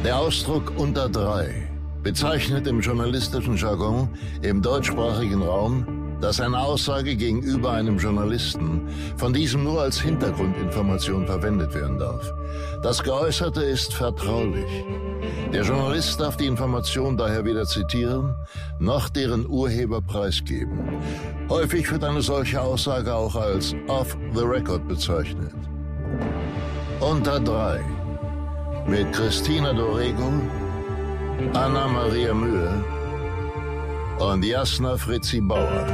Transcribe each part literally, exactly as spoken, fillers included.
Der Ausdruck unter drei bezeichnet im journalistischen Jargon im deutschsprachigen Raum, dass eine Aussage gegenüber einem Journalisten von diesem nur als Hintergrundinformation verwendet werden darf. Das Geäußerte ist vertraulich. Der Journalist darf die Information daher weder zitieren, noch deren Urheber preisgeben. Häufig wird eine solche Aussage auch als off the record bezeichnet. Unter drei mit Christina Dorego, Anna Maria Mühe und Jasna Fritzi Bauer.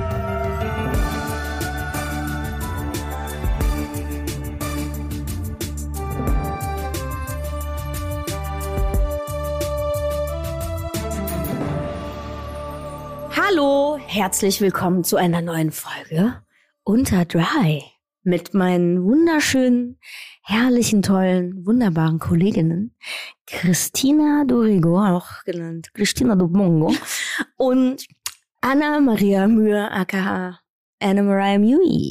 Hallo, herzlich willkommen zu einer neuen Folge Unter drei mit meinen wunderschönen, herrlichen, tollen, wunderbaren Kolleginnen Christina Dorego, auch genannt Christina Domongo, und Anna Maria Mühe, aka Anna Maria Mühe.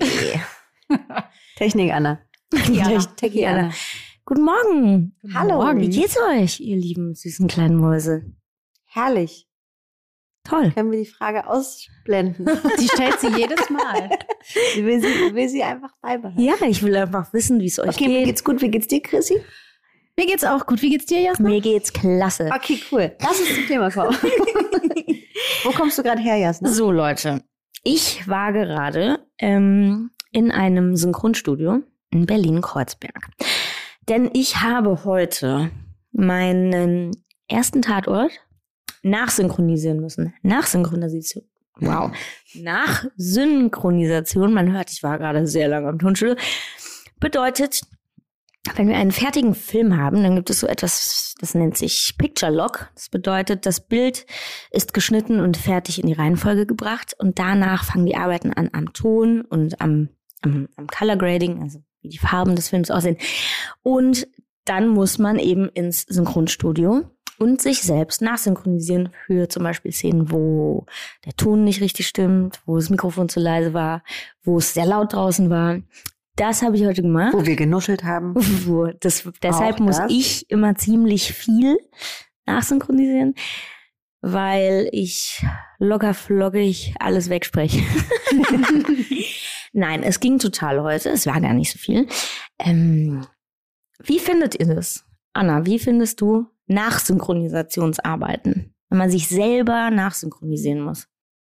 Technik Anna. Ja, Technik Anna. Anna. Guten Morgen. Guten Hallo. Morgen. Wie geht's euch, ihr lieben süßen kleinen Mäuse? Herrlich. Toll. Können wir die Frage ausblenden? Die stellt sie jedes Mal. Sie will sie, will sie einfach beibehalten. Ja, ich will einfach wissen, wie es euch okay, geht. Mir geht's gut. Wie geht's dir, Chrissy? Mir geht's auch gut. Wie geht's dir, Jasna? Mir geht's klasse. Okay, cool. Lass uns zum Thema kommen. Wo kommst du gerade her, Jasna? So, Leute. Ich war gerade ähm, in einem Synchronstudio in Berlin-Kreuzberg. Denn ich habe heute meinen ersten Tatort nachsynchronisieren müssen. Nachsynchronisation. Wow. Nachsynchronisation. Man hört, ich war gerade sehr lange am Tonstudio. Bedeutet, wenn wir einen fertigen Film haben, dann gibt es so etwas, das nennt sich Picture Lock. Das bedeutet, das Bild ist geschnitten und fertig in die Reihenfolge gebracht. Und danach fangen die Arbeiten an am Ton und am, am, am Color Grading, also wie die Farben des Films aussehen. Und dann muss man eben ins Synchronstudio und sich selbst nachsynchronisieren für zum Beispiel Szenen, wo der Ton nicht richtig stimmt, wo das Mikrofon zu leise war, wo es sehr laut draußen war. Das habe ich heute gemacht. Wo wir genuschelt haben. Wo das, deshalb Auch muss das. ich immer ziemlich viel nachsynchronisieren, weil ich locker flockig alles wegspreche. Nein, es ging total heute. Es war gar nicht so viel. Ähm, wie findet ihr das? Anna, wie findest du Nachsynchronisationsarbeiten, wenn man sich selber nachsynchronisieren muss?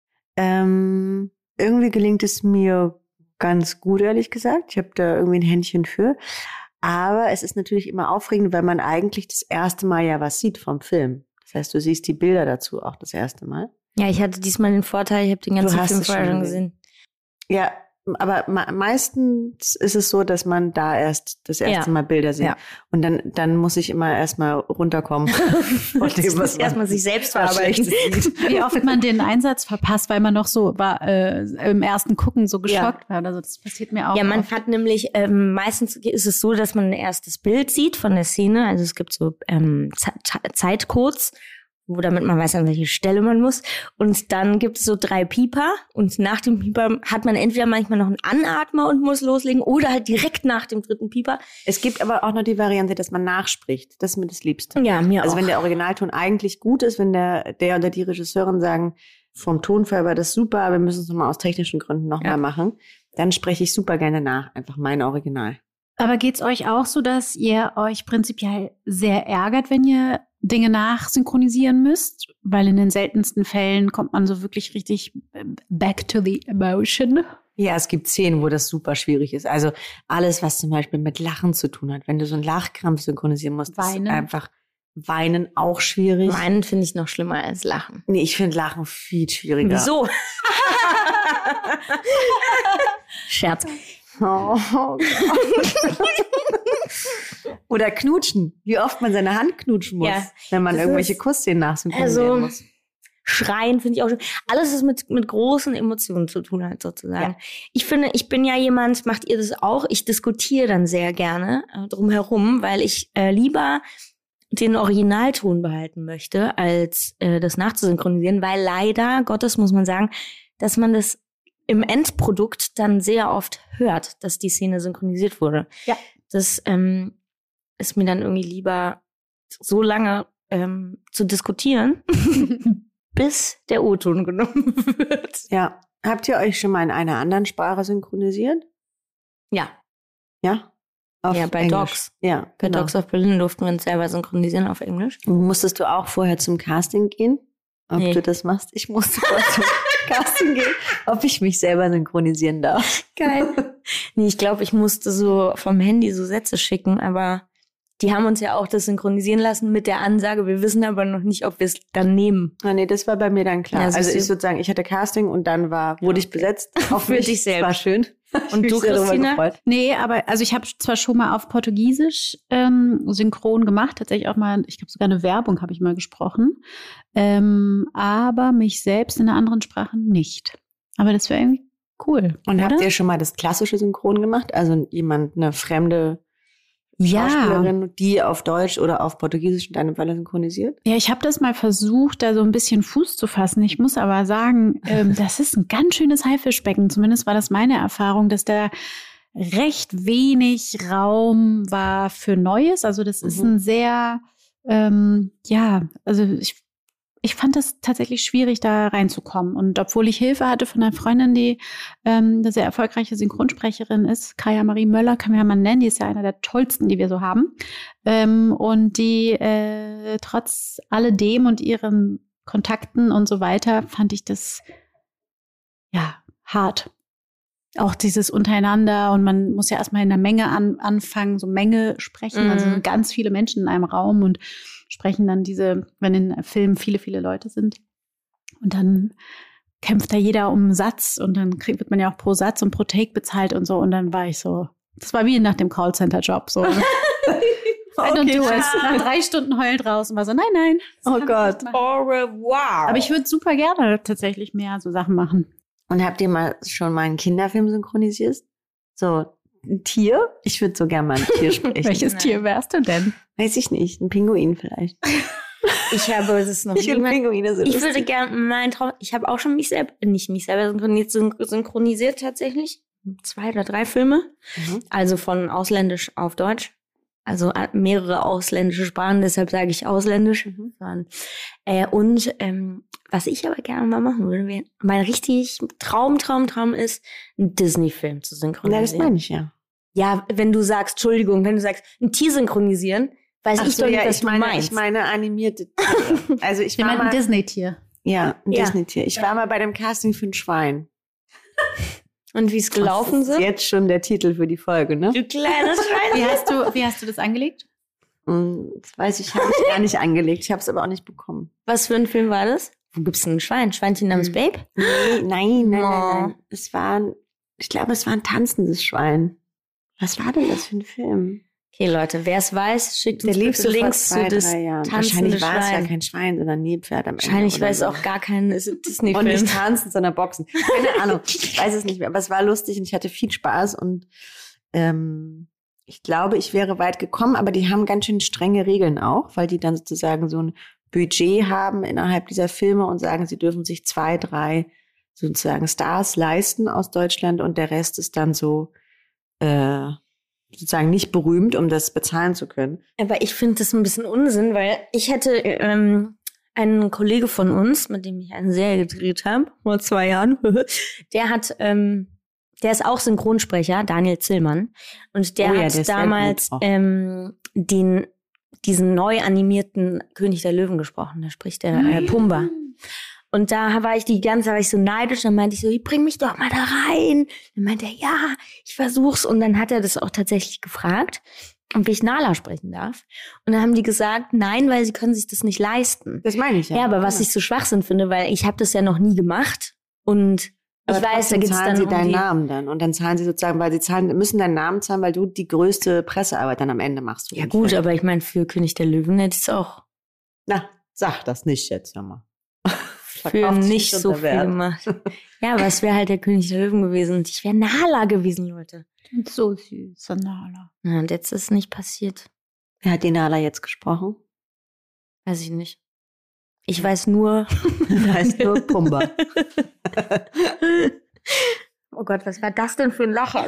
Ähm, irgendwie gelingt es mir ganz gut, ehrlich gesagt. Ich habe da irgendwie ein Händchen für. Aber es ist natürlich immer aufregend, weil man eigentlich das erste Mal ja was sieht vom Film. Das heißt, du siehst die Bilder dazu auch das erste Mal. Ja, ich hatte diesmal den Vorteil, ich habe den ganzen Du hast Film es vorher schon schon gesehen. Ja, aber me- meistens ist es so, dass man da erst das erste Ja. Mal Bilder sieht. Ja. Und dann, dann muss ich immer erstmal runterkommen. Und dem, was man- erstmal sich selbst was verarbeiten. Schlechtes sieht. Wie oft man den Einsatz verpasst, weil man noch so war, äh, im ersten Gucken so geschockt war. Also das passiert mir auch. Ja, man oft. hat nämlich, ähm, meistens ist es so, dass man ein erstes Bild sieht von der Szene. Also es gibt so ähm, Ze- Zeitcodes, wo damit man weiß, an welche Stelle man muss. Und dann gibt es so drei Pieper. Und nach dem Pieper hat man entweder manchmal noch einen Anatmer und muss loslegen oder halt direkt nach dem dritten Pieper. Es gibt aber auch noch die Variante, dass man nachspricht. Das ist mir das Liebste. Ja, mir Also auch. wenn der Originalton eigentlich gut ist, wenn der, der oder die Regisseurin sagen, vom Tonfall war das super, wir müssen es nochmal aus technischen Gründen nochmal Ja. machen, dann spreche ich super gerne nach. Einfach mein Original. Aber geht's euch auch so, dass ihr euch prinzipiell sehr ärgert, wenn ihr Dinge nachsynchronisieren müsst? Weil in den seltensten Fällen kommt man so wirklich richtig back to the emotion. Ja, es gibt Szenen, wo das super schwierig ist. Also alles, was zum Beispiel mit Lachen zu tun hat. Wenn du so einen Lachkrampf synchronisieren musst, Weinen. ist einfach Weinen auch schwierig. Meinen finde ich noch schlimmer als Lachen. Nee, ich finde Lachen viel schwieriger. Wieso? Scherz. Oh, oh Oder knutschen. Wie oft man seine Hand knutschen muss, Ja, wenn man das irgendwelche ist- Kussszenen nachsynchronisieren Also, muss. Schreien finde ich auch schön. Alles, was mit, mit großen Emotionen zu tun hat, sozusagen. Ja. Ich finde, ich bin ja jemand, macht ihr das auch? Ich diskutiere dann sehr gerne äh, drumherum, weil ich äh, lieber den Originalton behalten möchte, als äh, das nachzusynchronisieren, weil leider, Gottes muss man sagen, dass man das im Endprodukt dann sehr oft hört, dass die Szene synchronisiert wurde. Ja. Das ähm, ist mir dann irgendwie lieber so lange ähm, zu diskutieren, bis der O-Ton genommen wird. Ja. Habt ihr euch schon mal in einer anderen Sprache synchronisiert? Ja. Ja? Auf ja, bei Englisch. Dogs. Ja, Bei genau. Dogs of Berlin durften wir uns selber synchronisieren auf Englisch. Musstest du auch vorher zum Casting gehen? Ob Nee. du das machst? Ich musste vorher zum Casting gehen, ob ich mich selber synchronisieren darf. Geil. Nee, ich glaube, ich musste so vom Handy so Sätze schicken, aber die haben uns ja auch das synchronisieren lassen mit der Ansage. Wir wissen aber noch nicht, ob wir es dann nehmen. Ah, nee, das war bei mir dann klar. Ja, also siehst du. ich sozusagen, ich hatte Casting und dann war, wurde ich besetzt. Auch Für mich. dich selbst. War schön. Und Ich du, mich sehr darüber Christina? gefreut. Nee, aber also ich habe zwar schon mal auf Portugiesisch ähm, synchron gemacht, tatsächlich auch mal, ich glaube sogar eine Werbung habe ich mal gesprochen, ähm, aber mich selbst in einer anderen Sprache nicht. Aber das wäre irgendwie cool. Und oder? habt ihr schon mal das klassische Synchron gemacht? Also jemand, eine fremde Ja. Schauspielerin, die auf Deutsch oder auf Portugiesisch in deinem Fall synchronisiert? Ja, ich habe das mal versucht, da so ein bisschen Fuß zu fassen. Ich muss aber sagen, ähm, das ist ein ganz schönes Haifischbecken. Zumindest war das meine Erfahrung, dass da recht wenig Raum war für Neues. Also das ist Mhm. ein sehr, ähm, ja, also ich Ich fand das tatsächlich schwierig, da reinzukommen. Und obwohl ich Hilfe hatte von einer Freundin, die ähm, eine sehr erfolgreiche Synchronsprecherin ist, Kaya Marie Möller, kann man ja mal nennen, die ist ja einer der tollsten, die wir so haben. Ähm, und die äh, trotz alledem und ihren Kontakten und so weiter, fand ich das ja hart. Auch dieses untereinander und man muss ja erstmal in der Menge an, anfangen, so Menge sprechen. Mhm. Also sind ganz viele Menschen in einem Raum und sprechen dann diese, wenn in Filmen viele, viele Leute sind. Und dann kämpft da jeder um einen Satz und dann kriegt, wird man ja auch pro Satz und pro Take bezahlt und so. Und dann war ich so, das war wie nach dem Callcenter-Job. So. I don't do it. Nach drei Stunden heulend raus und war so, nein, nein. das Oh kann ich Gott. nicht machen. Au revoir. Aber ich würde super gerne tatsächlich mehr so Sachen machen. Und habt ihr mal schon mal einen Kinderfilm synchronisiert? So ein Tier? Ich würde so gerne mal ein Tier sprechen. Welches Nein. Tier wärst du denn? Weiß ich nicht. Ein Pinguin vielleicht. Ich habe es noch Ich finde niemand. Pinguine so Ich lustig. würde gerne meinen Traum. Ich habe auch schon mich selber, nicht mich selber synchronisiert, syn- synchronisiert tatsächlich. Zwei oder drei Filme. Mhm. Also von Ausländisch auf Deutsch. Also äh, mehrere ausländische Sprachen, deshalb sage ich Ausländisch. Mhm. Äh, und ähm, was ich aber gerne mal machen würde, wär, mein richtig Traum, Traum, Traum ist, einen Disney-Film zu Na, synchronisieren. das meine ich ja. Ja, wenn du sagst, Entschuldigung, wenn du sagst, ein Tier synchronisieren, weiß Ach ich so, doch nicht, ja, was ich du meine, meinst. ich meine animierte Tiere. Also ich Wir war meinten mal, Disney-Tier. ja, ein Ja. Disney-Tier. Ich war mal bei dem Casting für ein Schwein. Und wie es gelaufen Das ist sind? jetzt schon der Titel für die Folge, ne? Du kleines Schwein. Wie hast du, wie hast du das angelegt? Mm, Das weiß ich, habe ich gar nicht angelegt. Ich habe es aber auch nicht bekommen. Was für ein Film war das? Wo gibt's denn ein Schwein? Schweinchen namens Hm. Babe? Nee, nein, nein, nein, Oh. nein. Es war, ein- ich glaube, es war ein tanzendes Schwein. Was war denn das für ein Film? Okay, Leute, wer es weiß, schickt Der uns lief bitte so vor Links zwei, zu das drei Jahren. tanzende Wahrscheinlich war es ja Schwein. kein Schwein, sondern ein Nilpferd am Ende. Wahrscheinlich oder weiß so. auch gar kein Und nicht Disney-Film. tanzen, sondern boxen. Keine Ahnung. Ich weiß es nicht mehr. Aber es war lustig und ich hatte viel Spaß. Und ähm, ich glaube, ich wäre weit gekommen. Aber die haben ganz schön strenge Regeln auch, weil die dann sozusagen so ein Budget haben innerhalb dieser Filme und sagen, sie dürfen sich zwei, drei sozusagen Stars leisten aus Deutschland. Und der Rest ist dann so äh, sozusagen nicht berühmt, um das bezahlen zu können. Aber ich finde das ein bisschen Unsinn, weil ich hätte ähm, einen Kollege von uns, mit dem ich eine Serie gedreht habe, vor zwei Jahren, der hat, ähm, der ist auch Synchronsprecher, Daniel Zillmann. Und der Oh ja, der hat ist sehr damals gut auch. ähm, den diesen neu animierten König der Löwen gesprochen. Da spricht der äh, Pumba. Und da war ich die ganze Zeit war ich so neidisch. Dann meinte ich so, bring mich doch mal da rein. Dann meinte er, ja, ich versuch's. Und dann hat er das auch tatsächlich gefragt, ob ich Nala sprechen darf. Und dann haben die gesagt, nein, weil sie können sich das nicht leisten. Das meine ich ja. Ja, aber was ich so Schwachsinn finde, weil ich habe das ja noch nie gemacht. Und Aber ich weiß, da trotzdem geht's zahlen dann sie um deinen die... Namen dann. Und dann zahlen sie sozusagen, weil sie zahlen, müssen deinen Namen zahlen, weil du die größte Pressearbeit dann am Ende machst. für Ja den gut, Film. aber ich meine, für König der Löwen hätte ich es auch Na, sag das nicht jetzt nochmal. für nicht so viel gemacht. Ja, aber es wäre halt der König der Löwen gewesen. Und ich wäre Nala gewesen, Leute. Und so süß, Nala. Ja, und jetzt ist es nicht passiert. Wer hat die Nala jetzt gesprochen? Weiß ich nicht. Ich weiß nur... Da ist nur Pumba. Oh Gott, was war das denn für ein Lacher?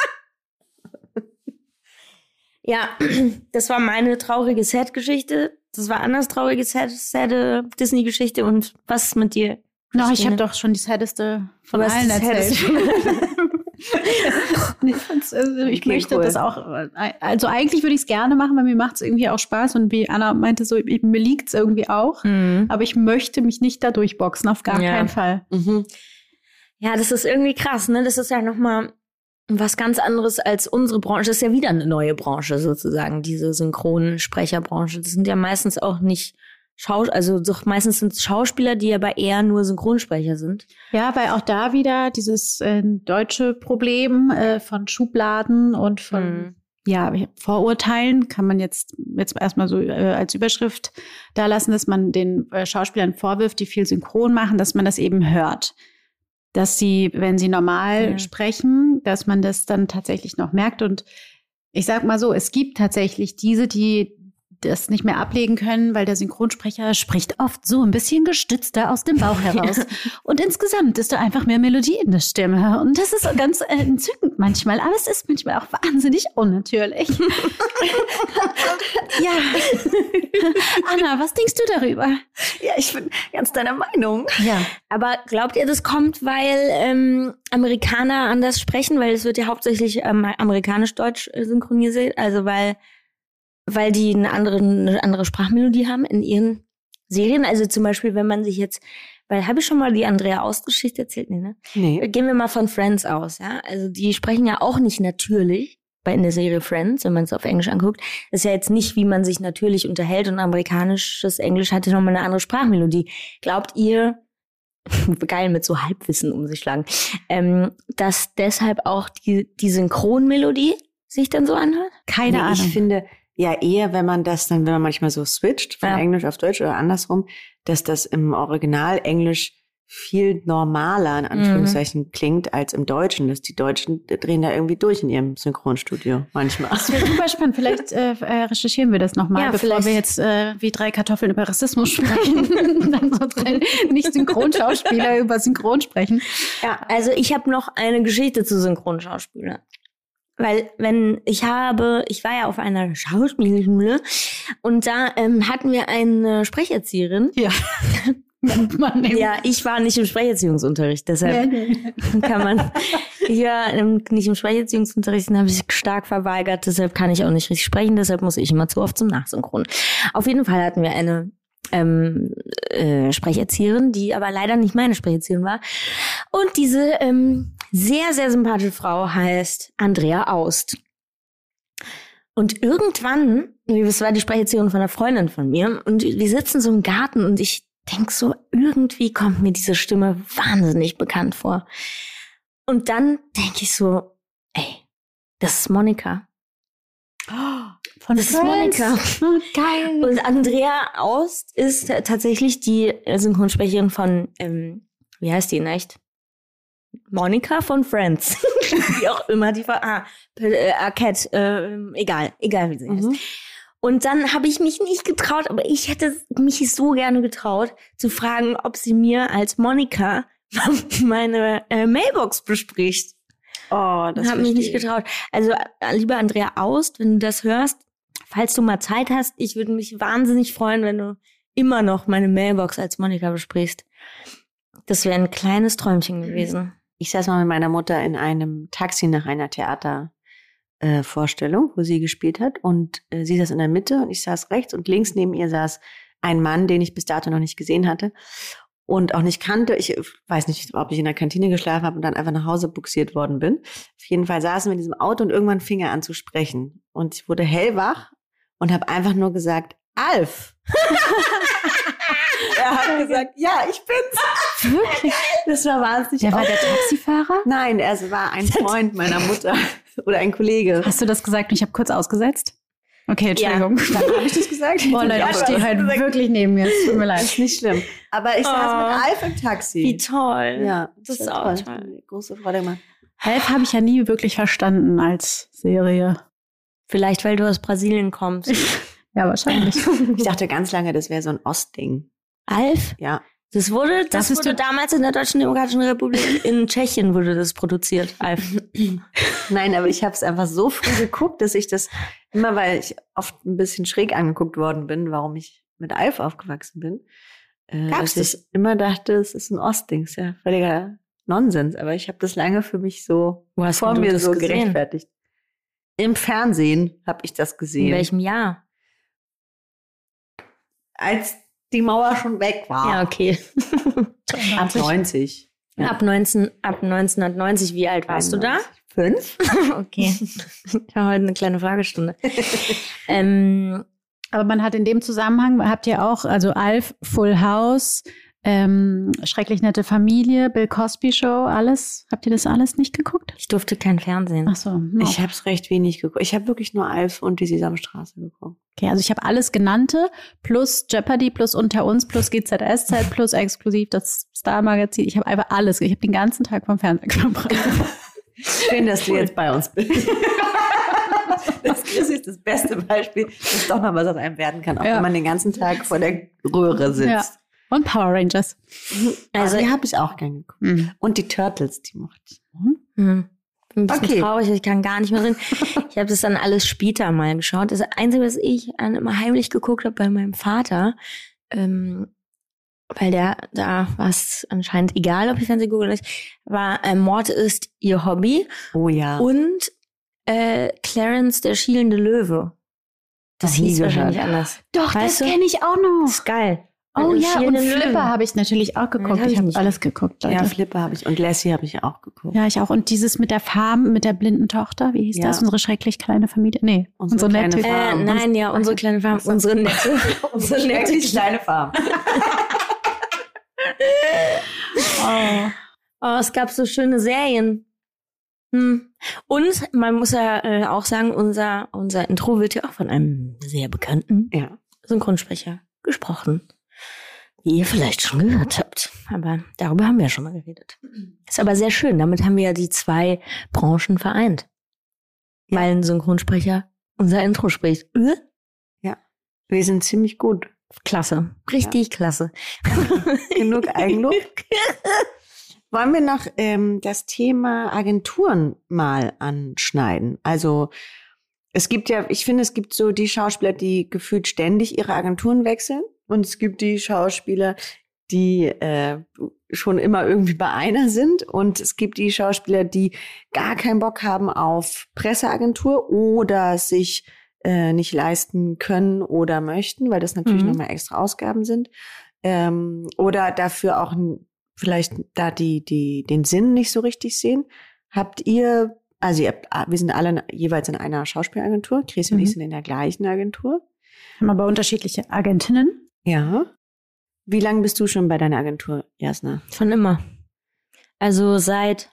Ja, das war meine traurige Set-Geschichte. Das war anders traurige, sad, sad Disney-Geschichte. Und was ist mit dir? No, ich habe doch schon die saddeste von allen erzählt. ich also ich okay, möchte cool. das auch, also eigentlich würde ich es gerne machen, weil mir macht es irgendwie auch Spaß. Und wie Anna meinte, so ich, mir liegt es irgendwie auch. Mhm. Aber ich möchte mich nicht da durchboxen, auf gar ja. keinen Fall. Mhm. Ja, das ist irgendwie krass, ne? Das ist ja nochmal was ganz anderes als unsere Branche. Das ist ja wieder eine neue Branche sozusagen, diese Synchronsprecherbranche. Das sind ja meistens auch nicht Schau- also doch meistens sind es Schauspieler, die aber eher nur Synchronsprecher sind. Ja, weil auch da wieder dieses äh, deutsche Problem äh, von Schubladen und von mhm. ja, Vorurteilen kann man jetzt, jetzt erstmal so äh, als Überschrift da lassen, dass man den äh, Schauspielern vorwirft, die viel synchron machen, dass man das eben hört. Dass sie, wenn sie normal ja. sprechen, dass man das dann tatsächlich noch merkt. Und ich sag mal so, es gibt tatsächlich diese, die das nicht mehr ablegen können, weil der Synchronsprecher spricht oft so ein bisschen gestützter aus dem Bauch heraus. Ja. Und insgesamt ist da einfach mehr Melodie in der Stimme. Und das ist ganz äh, entzückend manchmal, aber es ist manchmal auch wahnsinnig unnatürlich. Ja. Anna, was denkst du darüber? Ja, ich bin ganz deiner Meinung. Ja. Aber glaubt ihr, das kommt, weil ähm, Amerikaner anders sprechen? Weil es wird ja hauptsächlich ähm, amerikanisch-deutsch synchronisiert. Also weil Weil die eine andere, eine andere Sprachmelodie haben in ihren Serien. Also zum Beispiel, wenn man sich jetzt, weil habe ich schon mal die Andrea Aust-Geschichte erzählt? Nee, ne? Nee. Gehen wir mal von Friends aus, ja. Also die sprechen ja auch nicht natürlich bei in der Serie Friends, wenn man es auf Englisch anguckt. Das ist ja jetzt nicht, wie man sich natürlich unterhält, und amerikanisches Englisch hat ja nochmal eine andere Sprachmelodie. Glaubt ihr, geil mit so Halbwissen um sich schlagen, ähm, dass deshalb auch die, die Synchronmelodie sich dann so anhört? Keine nee, Ahnung. Ich finde ja eher, wenn man das dann, wenn man manchmal so switcht von ja. Englisch auf Deutsch oder andersrum, dass das im Original Englisch viel normaler, in Anführungszeichen, mhm. klingt als im Deutschen. Dass die Deutschen drehen da irgendwie durch in ihrem Synchronstudio manchmal. Das wäre super spannend. Vielleicht äh, recherchieren wir das nochmal, ja, bevor vielleicht. wir jetzt äh, wie drei Kartoffeln über Rassismus sprechen. Dann so drei Nicht-Synchronschauspieler über Synchron sprechen. Ja, also ich habe noch eine Geschichte zu Synchronschauspielern. Weil wenn ich habe, ich war ja auf einer Schauspielschule und da ähm, hatten wir eine Sprecherzieherin. Ja. Man ja, ich war nicht im Sprecherziehungsunterricht, deshalb ja, ja. kann man, ich war nicht im Sprecherziehungsunterricht, den habe ich stark verweigert, deshalb kann ich auch nicht richtig sprechen, deshalb muss ich immer zu oft zum Nachsynchron. Auf jeden Fall hatten wir eine ähm, äh, Sprecherzieherin, die aber leider nicht meine Sprecherzieherin war. Und diese ähm, sehr, sehr sympathische Frau heißt Andrea Aust. Und irgendwann, das war die Sprecherzieherin von einer Freundin von mir, und wir sitzen so im Garten und ich denke so, irgendwie kommt mir diese Stimme wahnsinnig bekannt vor. Und dann denke ich so, ey, das ist Monika. Oh, von das Friends. Ist Monika. Oh, geil. Und Andrea Aust ist tatsächlich die Synchronsprecherin von, ähm, wie heißt die in echt? Monika von Friends. Wie auch immer die war. Ah, äh, Arquette, äh, egal, egal wie sie heißt. Mhm. Und dann habe ich mich nicht getraut, aber ich hätte mich so gerne getraut, zu fragen, ob sie mir als Monika meine äh, Mailbox bespricht. Oh, das habe mich nicht getraut. Also, lieber Andrea Aust, wenn du das hörst, falls du mal Zeit hast, ich würde mich wahnsinnig freuen, wenn du immer noch meine Mailbox als Monika besprichst. Das wäre ein kleines Träumchen gewesen. Ich saß mal mit meiner Mutter in einem Taxi nach einer Theater Äh, Vorstellung, wo sie gespielt hat, und äh, sie saß in der Mitte und ich saß rechts, und links neben ihr saß ein Mann, den ich bis dato noch nicht gesehen hatte und auch nicht kannte. Ich weiß nicht, ob ich in der Kantine geschlafen habe und dann einfach nach Hause buxiert worden bin. Auf jeden Fall saßen wir in diesem Auto und irgendwann fing er an zu sprechen und ich wurde hellwach und habe einfach nur gesagt, Alf! Er hat gesagt, ja, ich bin's. Wirklich? Das war wahnsinnig. Der war der Taxifahrer? Nein, er war ein Freund meiner Mutter oder ein Kollege. Hast du das gesagt und ich habe kurz ausgesetzt? Okay, Entschuldigung. Ja. Dann habe ich das gesagt. Boah, Leute, ich stehe halt gesagt. wirklich neben mir. Es tut mir leid. Ist nicht schlimm. Aber ich oh. saß mit Alf im Taxi. Wie toll. Ja, das, das ist auch toll. toll. Große Freude immer. Alf habe ich ja nie wirklich verstanden als Serie. Vielleicht, weil du aus Brasilien kommst. Ja, wahrscheinlich. Ich dachte ganz lange, das wäre so ein Ostding. Alf? Ja. Das wurde, das, das wurde damals in der Deutschen Demokratischen Republik, in Tschechien wurde das produziert, Alf. Nein, aber ich habe es einfach so früh geguckt, dass ich das immer, weil ich oft ein bisschen schräg angeguckt worden bin, warum ich mit Alf aufgewachsen bin, äh, Gab's dass das? ich immer dachte, es ist ein Ostding, ist ja völliger Nonsens. Aber ich habe das lange für mich so Wo hast vor du mir das so gesehen? gerechtfertigt. Im Fernsehen habe ich das gesehen. In welchem Jahr? Als die Mauer schon weg war. Ja, okay. Ab neunzig. Ja. Ab, neunzehn, ab neunzehnhundertneunzig, wie alt warst du da? Fünf. Okay. Ich habe heute eine kleine Fragestunde. ähm, Aber man hat in dem Zusammenhang, habt ihr auch, also Alf, Full House, ähm, Schrecklich nette Familie, Bill Cosby Show, alles. Habt ihr das alles nicht geguckt? ich durfte kein Fernsehen. Ach so. no. Ich habe es recht wenig geguckt. Ich habe wirklich nur Alf und die Sesamstraße geguckt. Okay, also ich habe alles Genannte, plus Jeopardy, plus Unter uns, plus G Z S-Zeit, plus exklusiv das Star-Magazin. Ich habe einfach alles. Ich habe den ganzen Tag vom Fernsehen verbracht. Schön, dass du jetzt bei uns bist. Das ist das beste Beispiel, dass doch noch was aus einem werden kann, auch Ja. wenn man den ganzen Tag vor der Röhre sitzt. Ja. Und Power Rangers. Also, Also- die habe ich auch gern geguckt. Mhm. Und die Turtles, die mochte ich. Hm. Bin ein bisschen Okay. traurig, ich kann gar nicht mehr drin. Ich habe das dann alles später mal geschaut. Das Einzige, was ich an immer heimlich geguckt habe bei meinem Vater, ähm, weil der, da war es anscheinend egal, ob ich Fernsehen gucke oder nicht, war äh, Mord ist ihr Hobby Oh ja. und äh, Clarence, der schielende Löwe. Das Noch nie hieß wahrscheinlich gehört. anders. Doch, Weißt das du? kenne ich auch noch. Das ist geil. Oh Mit dem ja, und schielenden Flipper Löwen. habe ich natürlich auch geguckt. das hab ich ich habe nicht. alles geguckt, Leute. Ja, Flipper habe ich und Lassie habe ich auch geguckt. Ja, ich auch. Und dieses mit der Farm, mit der blinden Tochter, wie hieß Ja. das? Unsere schrecklich kleine Familie? Nee, Unsere unsere, kleine nette. Farm. Äh, Farm. nein, ja, unsere kleine Farm, Ach so. unsere nette, unsere nette Schrecklich kleine Farm. Oh. Oh, es gab so schöne Serien. Hm. Und man muss ja äh, auch sagen, unser, unser Intro wird ja auch von einem sehr bekannten Ja. Synchronsprecher gesprochen. Wie ihr vielleicht schon gehört habt. Aber darüber haben wir ja schon mal geredet. Ist aber sehr schön. Damit haben wir ja die zwei Branchen vereint. Ja. Weil ein Synchronsprecher unser Intro spricht. Äh? Wir sind ziemlich gut. Klasse. Richtig klasse. Genug Eigenlob. Wollen wir noch ähm, das Thema Agenturen mal anschneiden? Also es gibt ja, ich finde, es gibt so die Schauspieler, die gefühlt ständig ihre Agenturen wechseln. Und es gibt die Schauspieler, die äh, schon immer irgendwie bei einer sind. Und es gibt die Schauspieler, die gar keinen Bock haben auf Presseagentur oder sich äh, nicht leisten können oder möchten, weil das natürlich Mhm. nochmal extra Ausgaben sind. Ähm, oder dafür auch n- vielleicht da die, die, den Sinn nicht so richtig sehen. Habt ihr, also ihr habt, wir sind alle jeweils in einer Schauspielagentur. Chris und Mhm. ich sind in der gleichen Agentur. Haben aber unterschiedliche Agentinnen. Ja. Wie lange bist du schon bei deiner Agentur, Jasna? Schon immer. Also seit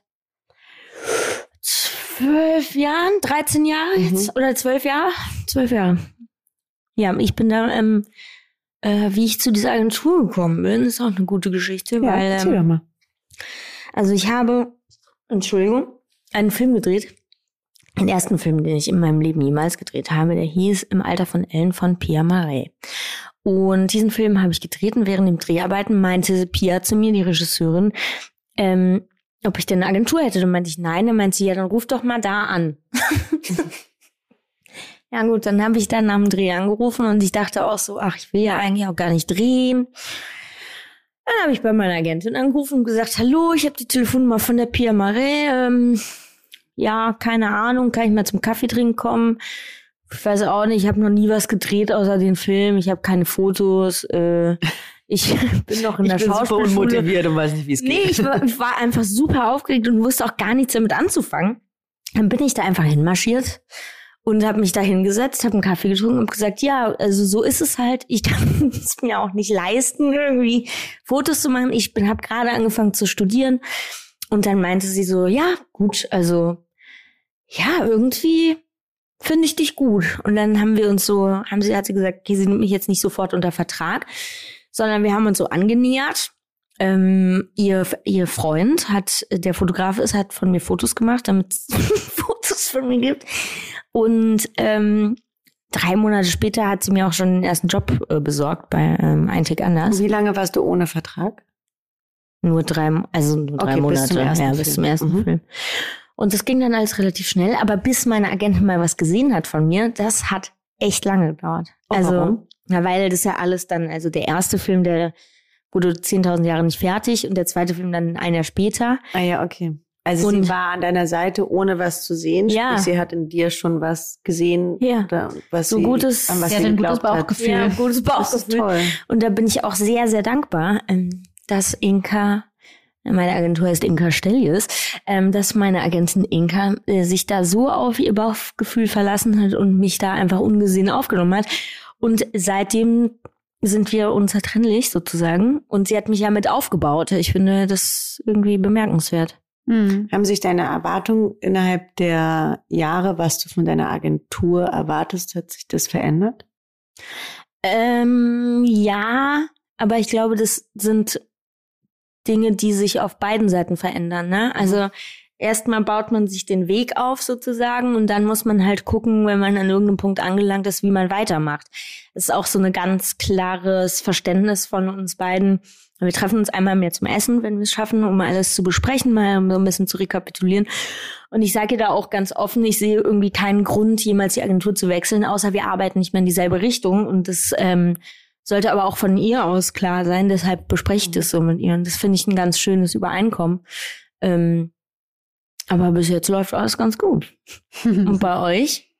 zwölf Jahren, dreizehn Jahre jetzt, oder zwölf Jahre? Zwölf Jahre. Ja, ich bin da, ähm, äh, wie ich zu dieser Agentur gekommen bin, ist auch eine gute Geschichte, weil, erzähl doch ähm, mal. also ich habe, Entschuldigung, einen Film gedreht. Den ersten Film, den ich in meinem Leben jemals gedreht habe, der hieß Im Alter von Ellen von Pia Marais. Und diesen Film habe ich gedreht und während dem Dreharbeiten meinte Pia zu mir, die Regisseurin, ähm, ob ich denn eine Agentur hätte. Dann meinte ich, nein. Dann meinte sie, ja, dann ruf doch mal da an. Ja gut, dann habe ich dann nach dem Dreh angerufen und ich dachte auch so, ach, ich will ja eigentlich auch gar nicht drehen. Dann habe ich bei meiner Agentin angerufen und gesagt, hallo, ich habe die Telefonnummer von der Pia Marais. Ähm, ja, keine Ahnung, kann ich mal zum Kaffee trinken kommen? Ich weiß auch nicht, ich habe noch nie was gedreht außer den Film. Ich habe keine Fotos. Äh, ich bin noch in der Schauspielschule. und weiß nicht, wie es Nee, ich war, ich war einfach super aufgeregt und wusste auch gar nichts damit anzufangen. Dann bin ich da einfach hinmarschiert und habe mich da hingesetzt, habe einen Kaffee getrunken und gesagt, ja, also so ist es halt. Ich kann es mir auch nicht leisten, irgendwie Fotos zu machen. Ich bin, habe gerade angefangen zu studieren und dann meinte sie so, ja, gut, also ja, irgendwie finde ich dich gut. Und dann haben wir uns so, haben sie, hat sie gesagt, okay, sie nimmt mich jetzt nicht sofort unter Vertrag, sondern wir haben uns so angenähert. Ähm, ihr, ihr Freund hat, der Fotograf ist, hat von mir Fotos gemacht, damit es Fotos von mir gibt. Und ähm, drei Monate später hat sie mir auch schon den ersten Job äh, besorgt bei ähm, Eintig anders. Wie lange warst du ohne Vertrag? Nur drei, also nur drei Okay, Monate, bis zum ersten ja, Film. bis zum ersten Mhm. Film. Und das ging dann alles relativ schnell, aber bis meine Agentin mal was gesehen hat von mir, das hat echt lange gedauert. Oh, also, warum? na, weil das ja alles dann, also der erste Film, der wurde zehntausend Jahre nicht fertig und der zweite Film dann ein Jahr später. Ah ja, okay. Also Und- sie war an deiner Seite, ohne was zu sehen. Ja. Sprich, sie hat in dir schon was gesehen. Ja. Oder was So sie, gutes- an was Sie sie hat ein gutes geglaubt hat. Bauchgefühl. Ja, gutes Das ist Bauchgefühl. toll. Und da bin ich auch sehr, sehr dankbar, ähm, dass Inka, meine Agentur heißt Inka Stellies, ähm, dass meine Agentin Inka äh, sich da so auf ihr Bauchgefühl verlassen hat und mich da einfach ungesehen aufgenommen hat. Und seitdem sind wir unzertrennlich sozusagen. Und sie hat mich ja mit aufgebaut. Ich finde das irgendwie bemerkenswert. Mhm. Haben sich deine Erwartungen innerhalb der Jahre, was du von deiner Agentur erwartest, hat sich das verändert? Ähm, ja, aber ich glaube, das sind Dinge, die sich auf beiden Seiten verändern, ne? Also erstmal baut man sich den Weg auf sozusagen und dann muss man halt gucken, wenn man an irgendeinem Punkt angelangt ist, wie man weitermacht. Das ist auch so ein ganz klares Verständnis von uns beiden. Wir treffen uns einmal mehr zum Essen, wenn wir es schaffen, um alles zu besprechen, mal so ein bisschen zu rekapitulieren. Und ich sage da auch ganz offen, ich sehe irgendwie keinen Grund, jemals die Agentur zu wechseln, außer wir arbeiten nicht mehr in dieselbe Richtung. Und das ähm, sollte aber auch von ihr aus klar sein. Deshalb bespreche ich das so mit ihr. Und das finde ich ein ganz schönes Übereinkommen. Ähm, aber bis jetzt läuft alles ganz gut. Und bei euch?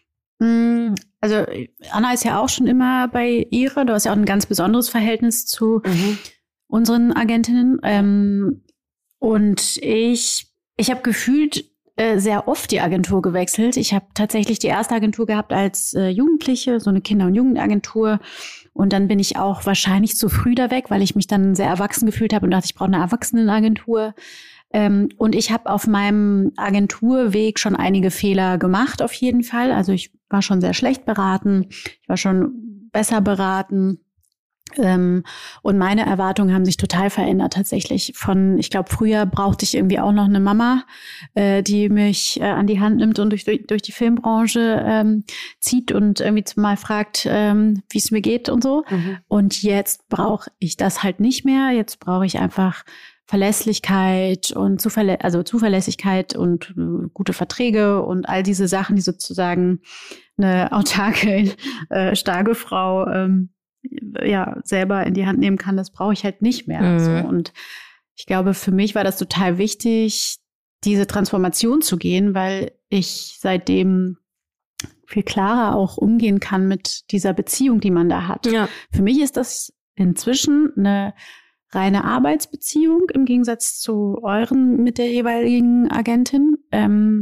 Mm, Also Anna ist ja auch schon immer bei ihrer. Du hast ja auch ein ganz besonderes Verhältnis zu Mhm. unseren Agentinnen. Ähm, und ich, ich habe gefühlt äh, sehr oft die Agentur gewechselt. Ich habe tatsächlich die erste Agentur gehabt als äh, Jugendliche, so eine Kinder- und Jugendagentur. Und dann bin ich auch wahrscheinlich zu früh da weg, weil ich mich dann sehr erwachsen gefühlt habe und dachte, ich brauche eine Erwachsenenagentur. Ähm, und ich habe auf meinem Agenturweg schon einige Fehler gemacht, auf jeden Fall. Also ich war schon sehr schlecht beraten, ich war schon besser beraten. Ähm, und meine Erwartungen haben sich total verändert tatsächlich. Von, ich glaube, früher brauchte ich irgendwie auch noch eine Mama, äh, die mich äh, an die Hand nimmt und durch, durch, durch die Filmbranche ähm, zieht und irgendwie mal fragt, ähm, wie es mir geht und so. Mhm. Und jetzt brauche ich das halt nicht mehr. Jetzt brauche ich einfach Verlässlichkeit und Zuverlä- also Zuverlässigkeit und äh, gute Verträge und all diese Sachen, die sozusagen eine autarke, äh, starke Frau ähm, ja selber in die Hand nehmen kann. Das brauche ich halt nicht mehr. Mhm. So. Und ich glaube, für mich war das total wichtig, diese Transformation zu gehen, weil ich seitdem viel klarer auch umgehen kann mit dieser Beziehung, die man da hat. Ja. Für mich ist das inzwischen eine reine Arbeitsbeziehung im Gegensatz zu euren mit der jeweiligen Agentin. Ähm,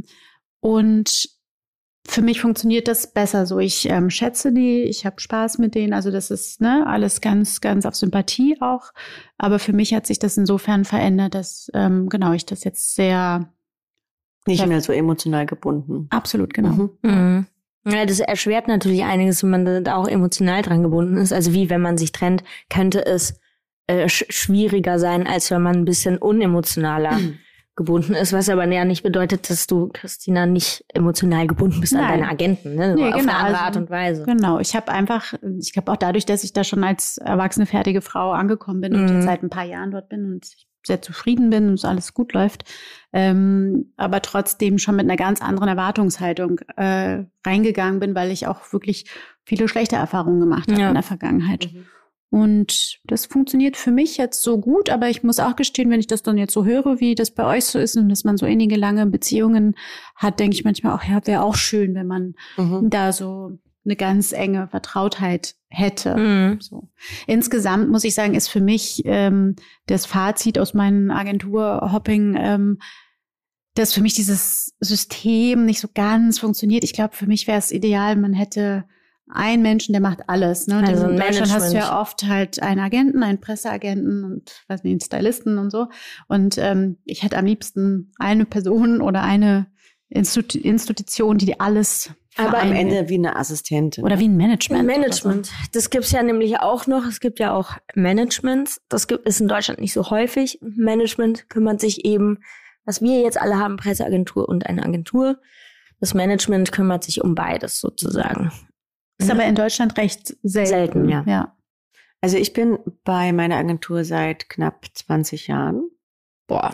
und für mich funktioniert das besser so. Ich ähm, schätze die, ich habe Spaß mit denen. Also das ist ne alles ganz, ganz auf Sympathie auch. Aber für mich hat sich das insofern verändert, dass ähm, genau ich das jetzt sehr Nicht Ja. mehr so emotional gebunden. absolut genau. Mhm. Mhm. Ja, das erschwert natürlich einiges, wenn man da auch emotional dran gebunden ist. Also wie wenn man sich trennt, könnte es äh, sch- schwieriger sein, als wenn man ein bisschen unemotionaler Mhm. gebunden ist, was aber ja nicht bedeutet, dass du, Christina, nicht emotional gebunden bist an Nein. deine Agenten, ne? Nee, Auf genau, eine andere also- Art und Weise. Genau, ich habe einfach, ich glaube auch dadurch, dass ich da schon als erwachsene, fertige Frau angekommen bin und Mhm. jetzt seit ein paar Jahren dort bin und ich sehr zufrieden bin und es alles gut läuft, ähm, aber trotzdem schon mit einer ganz anderen Erwartungshaltung äh, reingegangen bin, weil ich auch wirklich viele schlechte Erfahrungen gemacht habe Ja. in der Vergangenheit. Mhm. Und das funktioniert für mich jetzt so gut, aber ich muss auch gestehen, wenn ich das dann jetzt so höre, wie das bei euch so ist und dass man so innige, lange Beziehungen hat, denke ich manchmal auch, ja, wäre auch schön, wenn man Mhm. da so eine ganz enge Vertrautheit hätte. Mhm. So. Insgesamt muss ich sagen, ist für mich ähm, das Fazit aus meinem Agentur-Hopping, ähm, dass für mich dieses System nicht so ganz funktioniert. Ich glaube, für mich wäre es ideal, man hätte einen Menschen, der macht alles. Ne? Und Also in ein Deutschland hast du Management. ja oft halt einen Agenten, einen Presseagenten und weiß nicht, einen Stylisten und so. Und ähm, ich hätte am liebsten eine Person oder eine Institu- Institution, die dir alles Aber am vereint. Ende wie eine Assistentin. Oder wie ein Management. Management. Das gibt's ja nämlich auch noch. Es gibt ja auch Managements. Das gibt, ist in Deutschland nicht so häufig. Management kümmert sich eben, was wir jetzt alle haben, Presseagentur und eine Agentur. Das Management kümmert sich um beides sozusagen. Ist aber in Deutschland recht selten. Selten, ja. ja. Also ich bin bei meiner Agentur seit knapp zwanzig Jahren. Boah.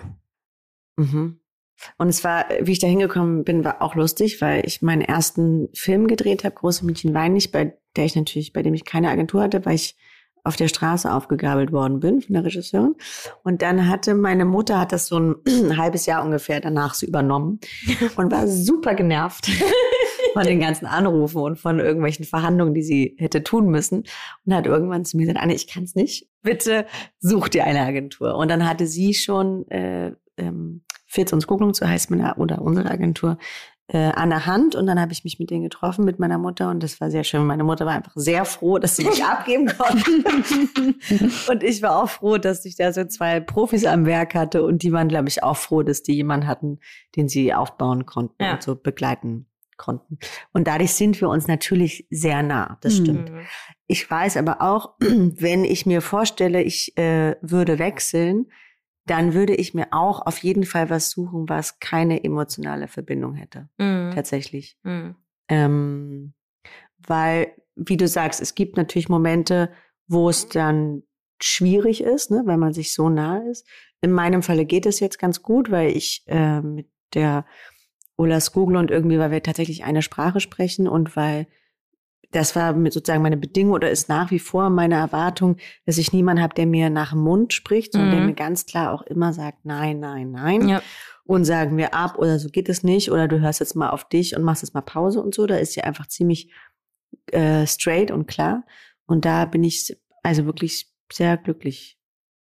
Mhm. Und es war, wie ich da hingekommen bin, war auch lustig, weil ich meinen ersten Film gedreht habe, Große Mädchen weinen nicht, bei der ich natürlich, bei dem ich keine Agentur hatte, weil ich auf der Straße aufgegabelt worden bin von der Regisseurin. Und dann hatte meine Mutter, hat das so ein, ein halbes Jahr ungefähr danach so übernommen und war super genervt von den ganzen Anrufen und von irgendwelchen Verhandlungen, die sie hätte tun müssen. Und hat irgendwann zu mir gesagt, Anne, ich kann es nicht. Bitte such dir eine Agentur. Und dann hatte sie schon äh, ähm, Fitz und Skoglung, so heißt meine oder unsere Agentur, äh, an der Hand. Und dann habe ich mich mit denen getroffen, mit meiner Mutter. Und das war sehr schön. Meine Mutter war einfach sehr froh, dass sie mich abgeben konnte. Und ich war auch froh, dass ich da so zwei Profis am Werk hatte. Und die waren, glaube ich, auch froh, dass die jemanden hatten, den sie aufbauen konnten Ja. und so begleiten konnten. Und dadurch sind wir uns natürlich sehr nah. Das stimmt. Mhm. Ich weiß aber auch, wenn ich mir vorstelle, ich äh, würde wechseln, dann würde ich mir auch auf jeden Fall was suchen, was keine emotionale Verbindung hätte. Mhm. Tatsächlich. Mhm. Ähm, weil, wie du sagst, es gibt natürlich Momente, wo es dann schwierig ist, ne, weil man sich so nah ist. In meinem Falle geht es jetzt ganz gut, weil ich äh, mit der Ulla Skoglund irgendwie, weil wir tatsächlich eine Sprache sprechen und weil das war mit sozusagen meine Bedingung oder ist nach wie vor meine Erwartung, dass ich niemanden habe, der mir nach dem Mund spricht, sondern Mhm. der mir ganz klar auch immer sagt, nein, nein, nein. Ja. Und sagen wir ab oder so geht es nicht oder du hörst jetzt mal auf dich und machst jetzt mal Pause und so. Da ist sie einfach ziemlich äh, straight und klar. Und da bin ich also wirklich sehr glücklich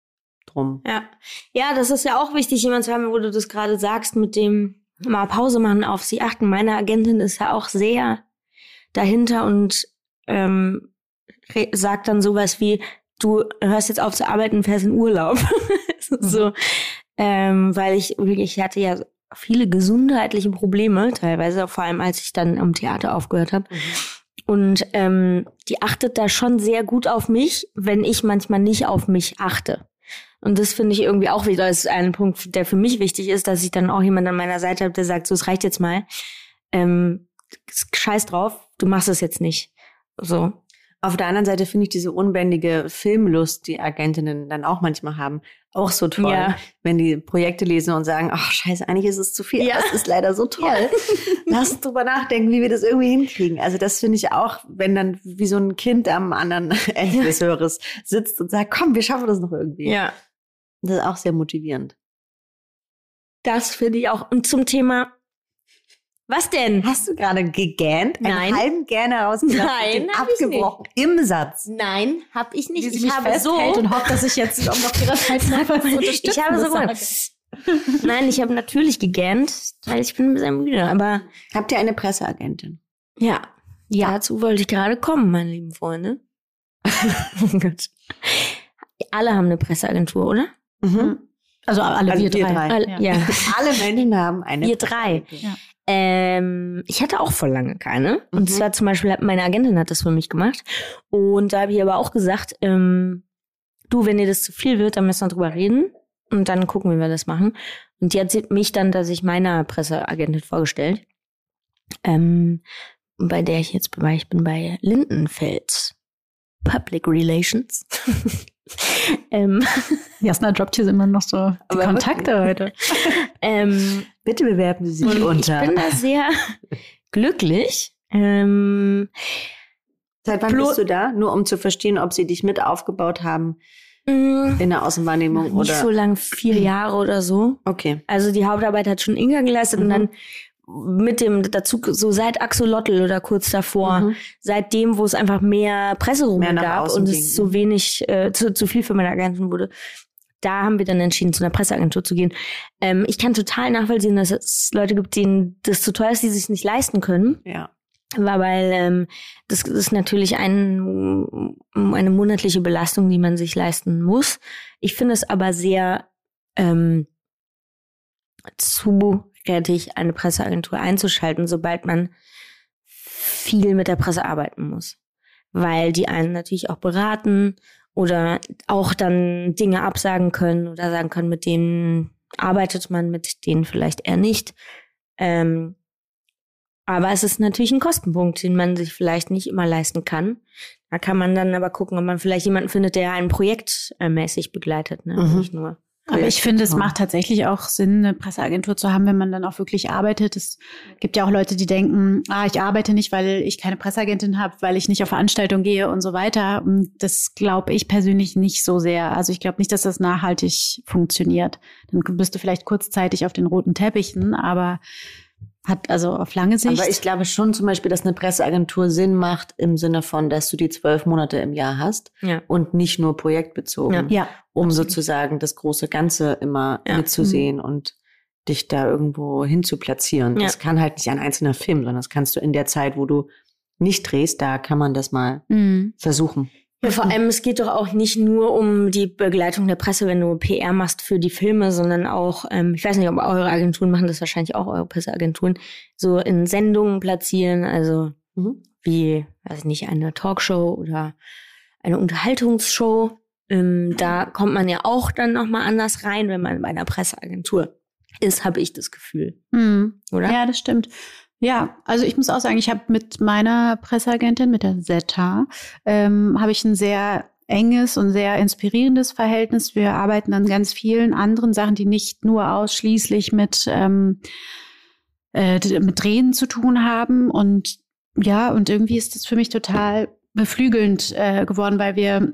drum. Ja. Ja, das ist ja auch wichtig, jemand zu haben, wo du das gerade sagst, mit dem mal Pause machen, auf sie achten. Meine Agentin ist ja auch sehr dahinter und ähm, re- sagt dann sowas wie, du hörst jetzt auf zu arbeiten, fährst in Urlaub. so, ähm, weil ich wirklich, ich hatte ja viele gesundheitliche Probleme, teilweise, vor allem als ich dann am Theater aufgehört habe. Und ähm, die achtet da schon sehr gut auf mich, wenn ich manchmal nicht auf mich achte. Und das finde ich irgendwie auch wieder, ist ein Punkt, der für mich wichtig ist, dass ich dann auch jemanden an meiner Seite habe, der sagt, so, es reicht jetzt mal. Ähm, scheiß drauf, du machst es jetzt nicht. So. Auf der anderen Seite finde ich diese unbändige Filmlust, die Agentinnen dann auch manchmal haben, auch so toll. Ja. Wenn die Projekte lesen und sagen, ach scheiße, eigentlich ist es zu viel. Ja. Das ist leider so toll. Lass uns drüber nachdenken, wie wir das irgendwie hinkriegen. Also das finde ich auch, wenn dann wie so ein Kind am anderen Ende des Hörers sitzt und sagt, komm, wir schaffen das noch irgendwie. Ja. Das ist auch sehr motivierend. Das finde ich auch. Und zum Thema, was denn? Hast du gerade gegähnt? Nein. Einen halben Gähne rausgelassen? Nein, und den hab ich abgebrochen im Satz. Nein, hab ich nicht. Wie sie Ich mich habe so. festhält und hofft, dass ich jetzt um noch ihre Zeit unterstütze. Ich habe so gemacht. Nein, ich habe natürlich gegähnt, weil ich bin ein bisschen müde. Aber Habt ihr eine Presseagentin? ja, ja, dazu wollte ich gerade kommen, meine lieben Freunde. Oh Gott. Alle haben eine Presseagentur, oder? Mhm. Also alle Also wir wir drei. drei. Alle, Ja. ja. Alle Menschen haben eine Wir drei. Presseagentin. Ja. Ähm, ich hatte auch voll lange keine. Und Mhm. zwar zum Beispiel, hat meine Agentin hat das für mich gemacht. Und da habe ich aber auch gesagt, ähm, du, wenn dir das zu viel wird, dann müssen wir drüber reden. Und dann gucken, wie wir das machen. Und die hat mich dann, dass ich meiner Presseagentin vorgestellt. Ähm, bei der ich jetzt bin, weil ich bin bei Lindenfels Public Relations. ähm, Jasna droppt hier immer noch so die Aber Kontakte heute. ähm, Bitte bewerben Sie sich und unter. ich bin da sehr glücklich. Ähm, Seit wann Blo- bist du da? Nur um zu verstehen, ob sie dich mit aufgebaut haben mh, in der Außenwahrnehmung nicht oder. so lang, vier Jahre oder so. Okay. Also die Hauptarbeit hat schon Inga geleistet Mhm. und dann mit dem dazu, so seit Axolotl oder kurz davor, Mhm. seitdem, wo es einfach mehr Presserunden Mehr nach gab außen und ging, es so ne? wenig, äh, zu, zu viel für meine Agentin wurde, da haben wir dann entschieden, zu einer Presseagentur zu gehen. Ähm, ich kann total nachvollziehen, dass es Leute gibt, denen das zu teuer ist, die sich nicht leisten können. Ja. War, weil ähm, das ist natürlich ein, eine monatliche Belastung, die man sich leisten muss. Ich finde es aber sehr ähm, zurätig, eine Presseagentur einzuschalten, sobald man viel mit der Presse arbeiten muss. Weil die einen natürlich auch beraten oder auch dann Dinge absagen können oder sagen können, mit denen arbeitet man, mit denen vielleicht eher nicht. Ähm, Aber es ist natürlich ein Kostenpunkt, den man sich vielleicht nicht immer leisten kann. Da kann man dann aber gucken, ob man vielleicht jemanden findet, der ein Projekt äh, mäßig begleitet, ne? Mhm. Nicht nur. Aber ich finde, es macht tatsächlich auch Sinn, eine Presseagentur zu haben, wenn man dann auch wirklich arbeitet. Es gibt ja auch Leute, die denken, ah, ich arbeite nicht, weil ich keine Presseagentin habe, weil ich nicht auf Veranstaltungen gehe und so weiter. Und das glaube ich persönlich nicht so sehr. Also ich glaube nicht, dass das nachhaltig funktioniert. Dann bist du vielleicht kurzzeitig auf den roten Teppichen, aber hat also auf lange Sicht. Aber ich glaube schon zum Beispiel, dass eine Presseagentur Sinn macht im Sinne von, dass du die zwölf Monate im Jahr hast Ja. und nicht nur projektbezogen, Ja. um sozusagen das große Ganze immer Ja. mitzusehen und dich da irgendwo hin zu platzieren. Ja. Das kann halt nicht ein einzelner Film, sondern das kannst du in der Zeit, wo du nicht drehst, da kann man das mal Mhm. versuchen. Ja, vor allem, es geht doch auch nicht nur um die Begleitung der Presse, wenn du P R machst für die Filme, sondern auch, ähm, ich weiß nicht, ob eure Agenturen machen das, wahrscheinlich auch eure Presseagenturen, so in Sendungen platzieren, also Mhm. wie, weiß ich nicht, eine Talkshow oder eine Unterhaltungsshow. Ähm, da kommt man ja auch dann nochmal anders rein, wenn man bei einer Presseagentur ist, habe ich das Gefühl, Mhm. oder? Ja, das stimmt. Ja, also ich muss auch sagen, ich habe mit meiner Presseagentin, mit der Zeta, ähm, habe ich ein sehr enges und sehr inspirierendes Verhältnis. Wir arbeiten an ganz vielen anderen Sachen, die nicht nur ausschließlich mit, ähm, äh, mit Drehen zu tun haben. Und ja, und irgendwie ist das für mich total beflügelnd äh, geworden, weil wir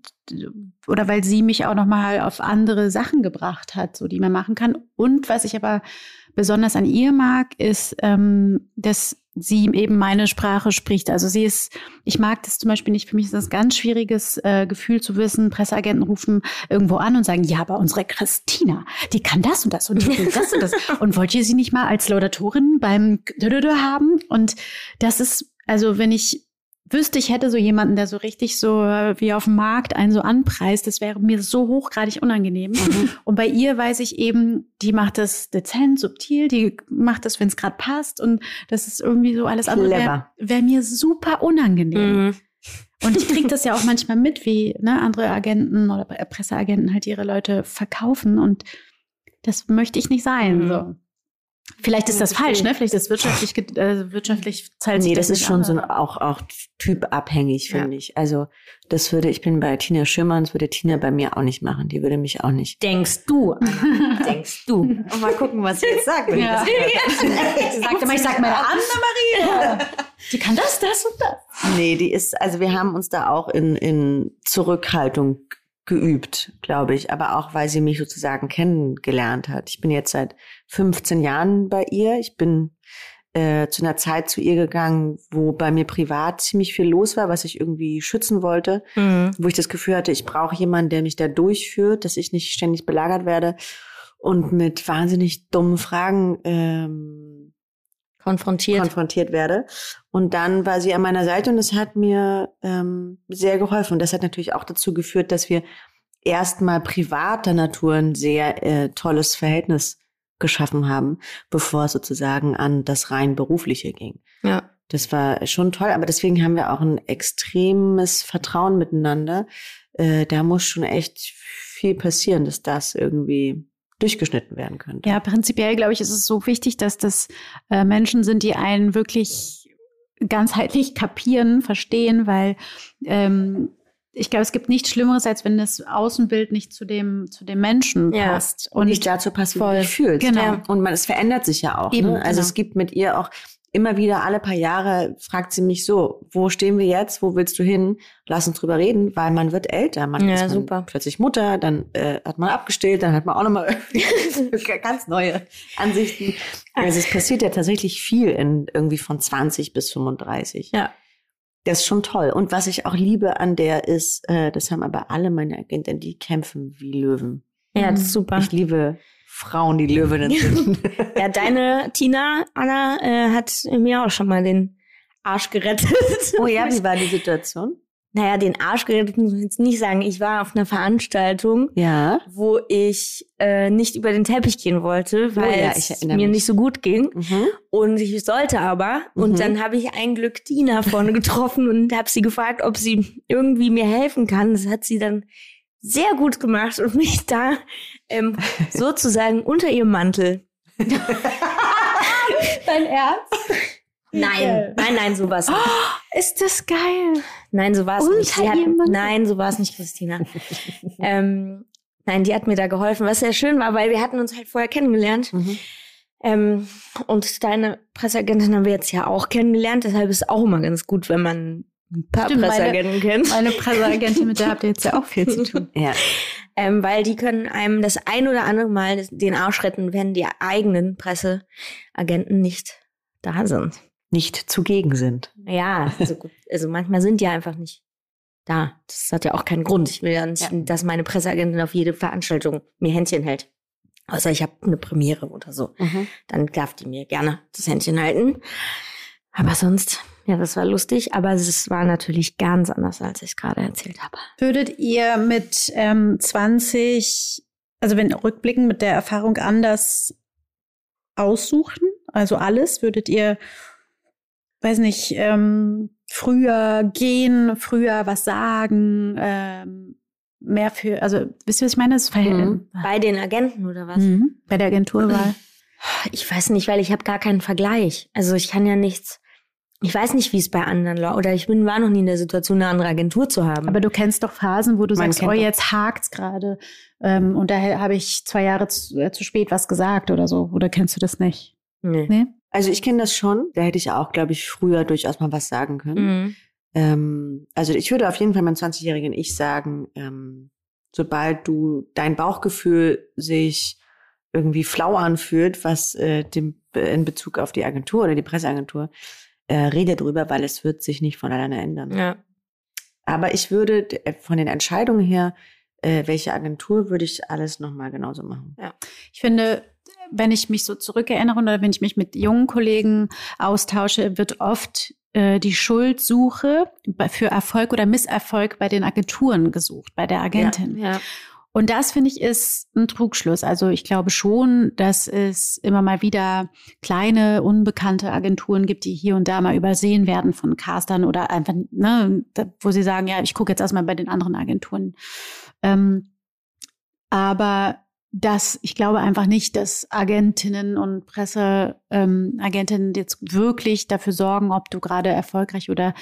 oder weil sie mich auch nochmal auf andere Sachen gebracht hat, so die man machen kann. Und was ich aber besonders an ihr mag, ist, ähm, dass sie eben meine Sprache spricht. Also sie ist, ich mag das zum Beispiel nicht, für mich ist das ein ganz schwieriges äh, Gefühl zu wissen, Presseagenten rufen irgendwo an und sagen, ja, aber unsere Christina, die kann das und das und die will das und das. Und wollt ihr sie nicht mal als Laudatorin beim Dödödö haben? Und das ist, also wenn ich wüsste, ich hätte so jemanden, der so richtig so äh, wie auf dem Markt einen so anpreist, das wäre mir so hochgradig unangenehm. Mhm. Und bei ihr weiß ich eben, die macht das dezent, subtil, die macht das, wenn es gerade passt. Und das ist irgendwie so alles andere wäre wär mir super unangenehm. Mhm. Und ich kriege das ja auch manchmal mit, wie ne, andere Agenten oder Presseagenten halt ihre Leute verkaufen. Und das möchte ich nicht sein. Mhm. So. Vielleicht ist das falsch, ne? Vielleicht ist das wirtschaftlich, äh, wirtschaftlich zahlt sich Nee, das, das ist schon an. so ein, auch, auch typabhängig, finde ja. ich. Also, das würde, ich bin bei Tina Schirmann, das würde Tina bei mir auch nicht machen. Die würde mich auch nicht. Denkst du? Denkst du? Und mal gucken, was sie jetzt sagt. Wenn ja. Sie sagt immer, ich sag meine Anne-Maria. Die kann das, das und das. Nee, die ist, also wir haben uns da auch in, in Zurückhaltung geübt, glaube ich, aber auch, weil sie mich sozusagen kennengelernt hat. Ich bin jetzt seit fünfzehn Jahren bei ihr. Ich bin äh, zu einer Zeit zu ihr gegangen, wo bei mir privat ziemlich viel los war, was ich irgendwie schützen wollte, mhm. wo ich das Gefühl hatte, ich brauche jemanden, der mich da durchführt, dass ich nicht ständig belagert werde und mit wahnsinnig dummen Fragen ähm, konfrontiert. konfrontiert werde. Und dann war sie an meiner Seite und das hat mir ähm, sehr geholfen. Und das hat natürlich auch dazu geführt, dass wir erstmal privater Natur ein sehr äh, tolles Verhältnis geschaffen haben, bevor es sozusagen an das rein berufliche ging. Ja. Das war schon toll, aber deswegen haben wir auch ein extremes Vertrauen miteinander. Äh, da muss schon echt viel passieren, dass das irgendwie durchgeschnitten werden könnte. Ja, prinzipiell, glaube ich, ist es so wichtig, dass das äh, Menschen sind, die einen wirklich ganzheitlich kapieren, verstehen, weil ähm, ich glaube, es gibt nichts Schlimmeres, als wenn das Außenbild nicht zu dem zu dem Menschen ja. passt. Und nicht dazu passt, wie du dich fühlst. Genau. Ja. Und man, es verändert sich ja auch. Eben, ne? Also genau. es gibt mit ihr auch immer wieder, alle paar Jahre fragt sie mich so, wo stehen wir jetzt, wo willst du hin? Lass uns drüber reden, weil man wird älter. Man ja, ist man super. plötzlich Mutter, dann äh, hat man abgestillt, dann hat man auch nochmal ganz neue Ansichten. Also es passiert ja tatsächlich viel in irgendwie von zwanzig bis fünfunddreißig. Ja. Das ist schon toll. Und was ich auch liebe an der ist, äh, das haben aber alle meine Agenten, die kämpfen wie Löwen. Ja, das ist super. Ich liebe Frauen, die Löwinnen sind. Ja, deine Tina, Anna, äh, hat mir auch schon mal den Arsch gerettet. Oh ja, wie war die Situation? Naja, den Arsch gerettet muss ich jetzt nicht sagen. Ich war auf einer Veranstaltung, ja. wo ich äh, nicht über den Teppich gehen wollte, weil oh ja, es mir mich. nicht so gut ging. Mhm. Und ich sollte aber. Mhm. Und dann habe ich ein Glück Tina vorne getroffen und habe sie gefragt, ob sie irgendwie mir helfen kann. Das hat sie dann sehr gut gemacht und mich da ähm, sozusagen unter ihrem Mantel. Dein Ernst? Nein, nein, nein, so war es nicht. Oh, ist das geil. Nein, so war es nicht. Sie hat, jemand- nein, so war es nicht, Christina. ähm, nein, die hat mir da geholfen, was sehr schön war, weil wir hatten uns halt vorher kennengelernt. Mhm. Ähm, und deine Presseagentin haben wir jetzt ja auch kennengelernt. Deshalb ist es auch immer ganz gut, wenn man ein paar Stimmt, meine- Presseagenten kennt. Meine Presseagentin, mit der habt ihr jetzt ja auch viel zu tun. Ja. Ähm, weil die können einem das ein oder andere Mal den Arsch retten, wenn die eigenen Presseagenten nicht da sind. Nicht zugegen sind. Ja, also gut. Also manchmal sind die einfach nicht da. Das hat ja auch keinen Grund. Ich will ja nicht, Ja. dass meine Presseagentin auf jede Veranstaltung mir Händchen hält. Außer ich habe eine Premiere oder so. Mhm. Dann darf die mir gerne das Händchen halten. Aber sonst, ja, das war lustig. Aber es war natürlich ganz anders, als ich es gerade erzählt habe. Würdet ihr mit ähm, zwanzig, also wenn rückblickend mit der Erfahrung anders aussuchen? Also alles? Würdet ihr, weiß nicht, ähm, früher gehen, früher was sagen, ähm, mehr für, also wisst ihr, was ich meine? Das ist Mhm. Bei den Agenten oder was? Mhm. Bei der Agenturwahl. Ich weiß nicht, weil ich habe gar keinen Vergleich. Also ich kann ja nichts. Ich weiß nicht, wie es bei anderen Leuten, oder ich bin, war noch nie in der Situation, eine andere Agentur zu haben. Aber du kennst doch Phasen, wo du Man sagst, kennt oh, doch- jetzt hakt's gerade. Ähm, und daher habe ich zwei Jahre zu, äh, zu spät was gesagt oder so. Oder kennst du das nicht? nee. Nee? Also ich kenne das schon. Da hätte ich auch, glaube ich, früher durchaus mal was sagen können. Mhm. Ähm, also ich würde auf jeden Fall meinem zwanzigjährigen Ich sagen, ähm, sobald du dein Bauchgefühl sich irgendwie flau anfühlt, was äh, dem, in Bezug auf die Agentur oder die Presseagentur, äh, rede drüber, weil es wird sich nicht von alleine ändern. Ja. Aber ich würde d- von den Entscheidungen her, äh, welche Agentur, würde ich alles nochmal genauso machen. Ich finde, wenn ich mich so zurückerinnere oder wenn ich mich mit jungen Kollegen austausche, wird oft äh, die Schuldsuche bei- für Erfolg oder Misserfolg bei den Agenturen gesucht, bei der Agentin. Ja. Und das, finde ich, ist ein Trugschluss. Also ich glaube schon, dass es immer mal wieder kleine, unbekannte Agenturen gibt, die hier und da mal übersehen werden von Castern oder einfach, ne, da- wo sie sagen, ja, ich gucke jetzt erstmal bei den anderen Agenturen. Ähm, aber das, ich glaube einfach nicht, dass Agentinnen und Presseagentinnen ähm, Agentinnen jetzt wirklich dafür sorgen, ob du gerade erfolgreich oder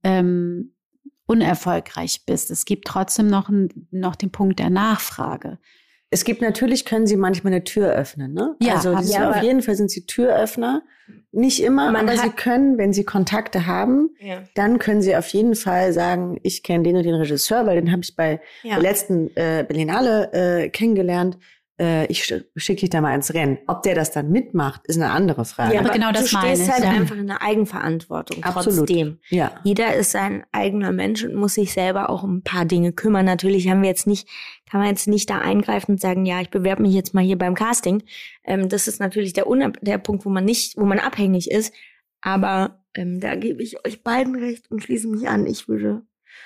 ähm, unerfolgreich bist. Es gibt trotzdem noch, ein, noch den Punkt der Nachfrage. Es gibt natürlich, können sie manchmal eine Tür öffnen, ne? Ja, also die sind, ja, auf aber- jeden Fall sind sie Türöffner. Nicht immer, Man aber hat- sie können, wenn sie Kontakte haben, Ja. dann können sie auf jeden Fall sagen, ich kenne den und den Regisseur, weil den habe ich bei Ja. der letzten äh, Berlinale äh, kennengelernt. Äh, ich sch- schicke dich da mal ins Rennen. Ob der das dann mitmacht, ist eine andere Frage. Ja, aber aber genau das du meine stehst ich, halt ja. einfach in der Eigenverantwortung. Absolut. Trotzdem. Ja. Jeder ist sein eigener Mensch und muss sich selber auch um ein paar Dinge kümmern. Natürlich haben wir jetzt nicht, kann man jetzt nicht da eingreifen und sagen, ja, ich bewerbe mich jetzt mal hier beim Casting. Ähm, das ist natürlich der, Unab- der Punkt, wo man nicht, wo man abhängig ist. Aber ähm, da gebe ich euch beiden recht und schließe mich an. Ich würde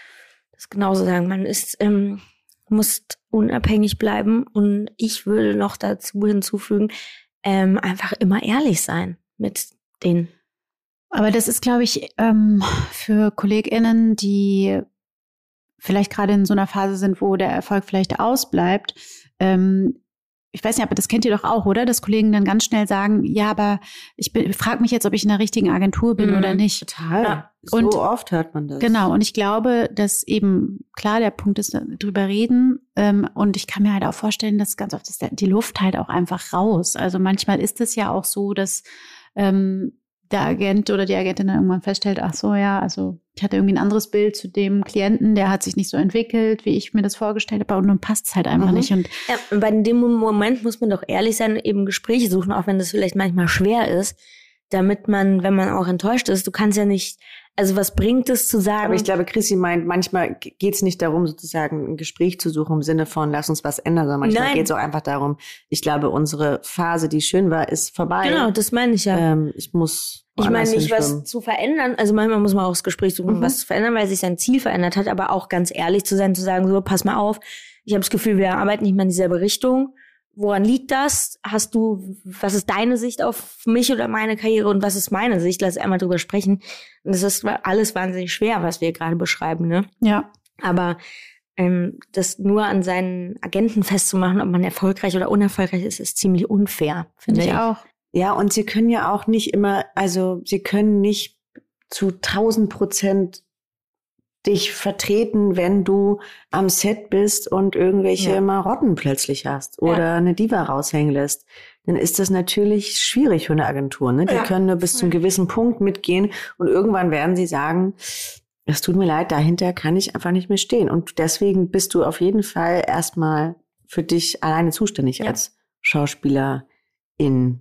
das genauso sagen. Man ist, ähm, muss unabhängig bleiben und ich würde noch dazu hinzufügen, ähm, einfach immer ehrlich sein mit den. Aber das ist, glaube ich, ähm, für KollegInnen, die vielleicht gerade in so einer Phase sind, wo der Erfolg vielleicht ausbleibt. Ähm, ich weiß nicht, aber das kennt ihr doch auch, oder? Dass Kollegen dann ganz schnell sagen, ja, aber ich frage mich jetzt, ob ich in der richtigen Agentur bin Mhm. oder nicht. Total. Ja. So Und- oft hört man das. Genau, und ich glaube, dass eben, klar, der Punkt ist, drüber reden. Ähm, und ich kann mir halt auch vorstellen, dass ganz oft ist der- die Luft halt auch einfach raus. Also manchmal ist es ja auch so, dass ähm, der Agent oder die Agentin dann irgendwann feststellt, ach so, ja, also ich hatte irgendwie ein anderes Bild zu dem Klienten, der hat sich nicht so entwickelt, wie ich mir das vorgestellt habe, und nun passt es halt einfach Mhm. nicht. Und Ja, und bei dem Moment muss man doch ehrlich sein, eben Gespräche suchen, auch wenn das vielleicht manchmal schwer ist, damit man, wenn man auch enttäuscht ist, du kannst ja nicht, also was bringt es zu sagen? Aber ich glaube, Chrissy meint, manchmal geht es nicht darum, sozusagen ein Gespräch zu suchen im Sinne von, lass uns was ändern, sondern manchmal Nein. geht es auch einfach darum, ich glaube, unsere Phase, die schön war, ist vorbei. genau, das meine ich ja. Ähm, ich muss Ich meine woanders nicht, was hinschwimmen. zu verändern. Also manchmal muss man auch das Gespräch suchen, um Mhm. was zu verändern, weil sich sein Ziel verändert hat, aber auch ganz ehrlich zu sein, zu sagen, so, pass mal auf, ich habe das Gefühl, wir arbeiten nicht mehr in dieselbe Richtung. Woran liegt das? Hast du, was ist deine Sicht auf mich oder meine Karriere und was ist meine Sicht? Lass einmal drüber sprechen. Und das ist alles wahnsinnig schwer, was wir gerade beschreiben, ne? ja, Aber ähm, das nur an seinen Agenten festzumachen, ob man erfolgreich oder unerfolgreich ist, ist ziemlich unfair, finde finde ich auch. Ja, und sie können ja auch nicht immer, also sie können nicht zu tausend Prozent dich vertreten, wenn du am Set bist und irgendwelche Ja. Marotten plötzlich hast oder Ja. eine Diva raushängen lässt. Dann ist das natürlich schwierig für eine Agentur. Ne? Die Ja. können nur bis zu einem gewissen Punkt mitgehen und irgendwann werden sie sagen, es tut mir leid, dahinter kann ich einfach nicht mehr stehen. Und deswegen bist du auf jeden Fall erstmal für dich alleine zuständig Ja. als Schauspielerin.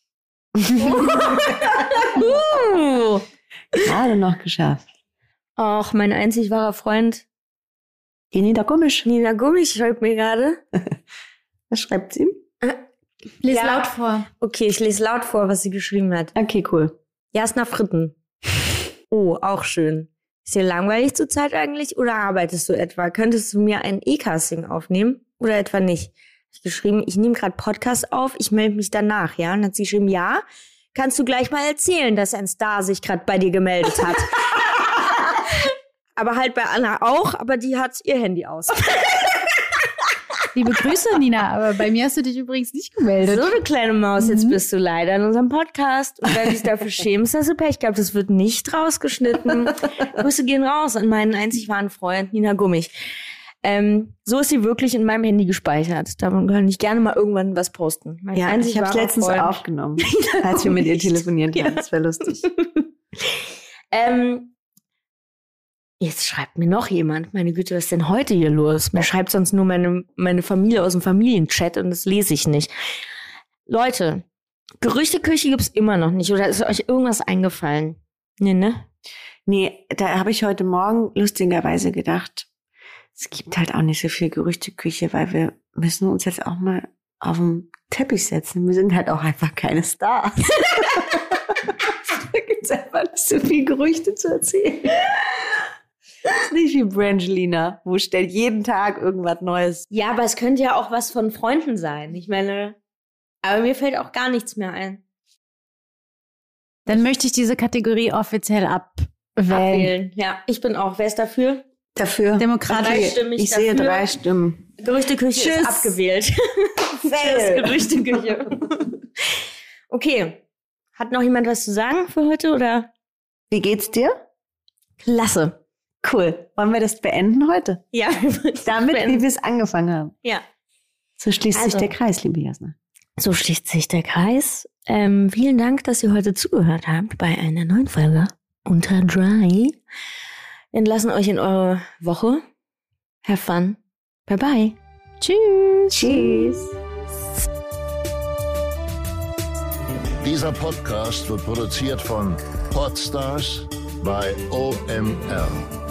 Uh. Gerade noch geschafft. Ach, mein einzig wahrer Freund Nina Gumisch. Nina Gumisch schreibt mir gerade. Was schreibt sie? Lies Ja. laut vor. Okay, ich lese laut vor, was sie geschrieben hat. Okay, cool. Jasna Fritten. Oh, auch schön. Ist dir langweilig zurzeit eigentlich oder arbeitest du etwa? Könntest du mir ein E-Casting aufnehmen oder etwa nicht? Ich geschrieben, ich nehme gerade Podcast auf, ich melde mich danach, ja? Und dann hat sie geschrieben, ja, kannst du gleich mal erzählen, dass ein Star sich gerade bei dir gemeldet hat. Aber halt bei Anna auch, aber die hat ihr Handy aus. Liebe Grüße, Nina, aber bei mir hast du dich übrigens nicht gemeldet. So, du kleine Maus, jetzt Mhm. bist du leider in unserem Podcast. Und wenn du dich dafür schämst, hast du Pech gehabt. Das wird nicht rausgeschnitten. Grüße gehen raus an meinen einzig wahren Freund, Nina Gummich. Ähm, so ist sie wirklich in meinem Handy gespeichert. Davon kann ich gerne mal irgendwann was posten. Mein Ja, einzig ich habe es wahrer letztens Freund. aufgenommen, als wir mit ihr telefoniert haben. Ja. Das wäre lustig. ähm, jetzt schreibt mir noch jemand. Meine Güte, was ist denn heute hier los? Mir schreibt sonst nur meine, meine Familie aus dem Familienchat und das lese ich nicht. Leute, Gerüchteküche gibt's immer noch nicht. Oder ist euch irgendwas eingefallen? Nee, ne? Nee, da habe ich heute Morgen lustigerweise gedacht, es gibt halt auch nicht so viel Gerüchteküche, weil wir müssen uns jetzt auch mal auf den Teppich setzen. Wir sind halt auch einfach keine Stars. Da gibt's einfach nicht so viel Gerüchte zu erzählen. Das ist nicht wie Brangelina, wo stellt jeden Tag irgendwas Neues. Ja, aber es könnte ja auch was von Freunden sein. Ich meine, aber mir fällt auch gar nichts mehr ein. Dann möchte ich diese Kategorie offiziell abwählen. Abwählen. Ja, ich bin auch. Wer ist dafür? Dafür. Demokratisch. Okay, Stimme ich ich sehe dafür. drei Stimmen. Gerüchteküche Tschüss. ist abgewählt. Tschüss, Gerüchteküche. Okay. Hat noch jemand was zu sagen für heute, oder? Wie geht's dir? Klasse. Cool. Wollen wir das beenden heute? Ja. Damit, wie wir es angefangen haben. Ja. So schließt Also. sich der Kreis, liebe Jasna. So schließt sich der Kreis. Ähm, vielen Dank, dass ihr heute zugehört habt bei einer neuen Folge Unter Dry. Wir entlassen euch in eure Woche. Have fun. Bye bye. Tschüss. Tschüss. Dieser Podcast wird produziert von Podstars bei O M R.